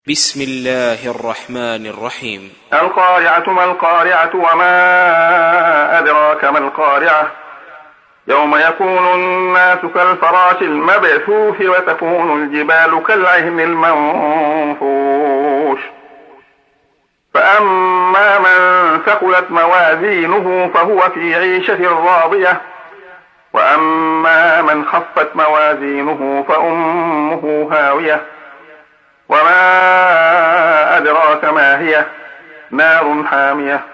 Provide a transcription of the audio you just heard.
بسم الله الرحمن الرحيم. القارعة ما القارعة وما أدراك ما القارعة يوم يكون الناس كالفراش المبثوث وتكون الجبال كالعهن المنفوش فأما من ثقلت موازينه فهو في عيشة راضية وأما من خفت موازينه فأمه هاوية وما أدراك ما هي نار حامية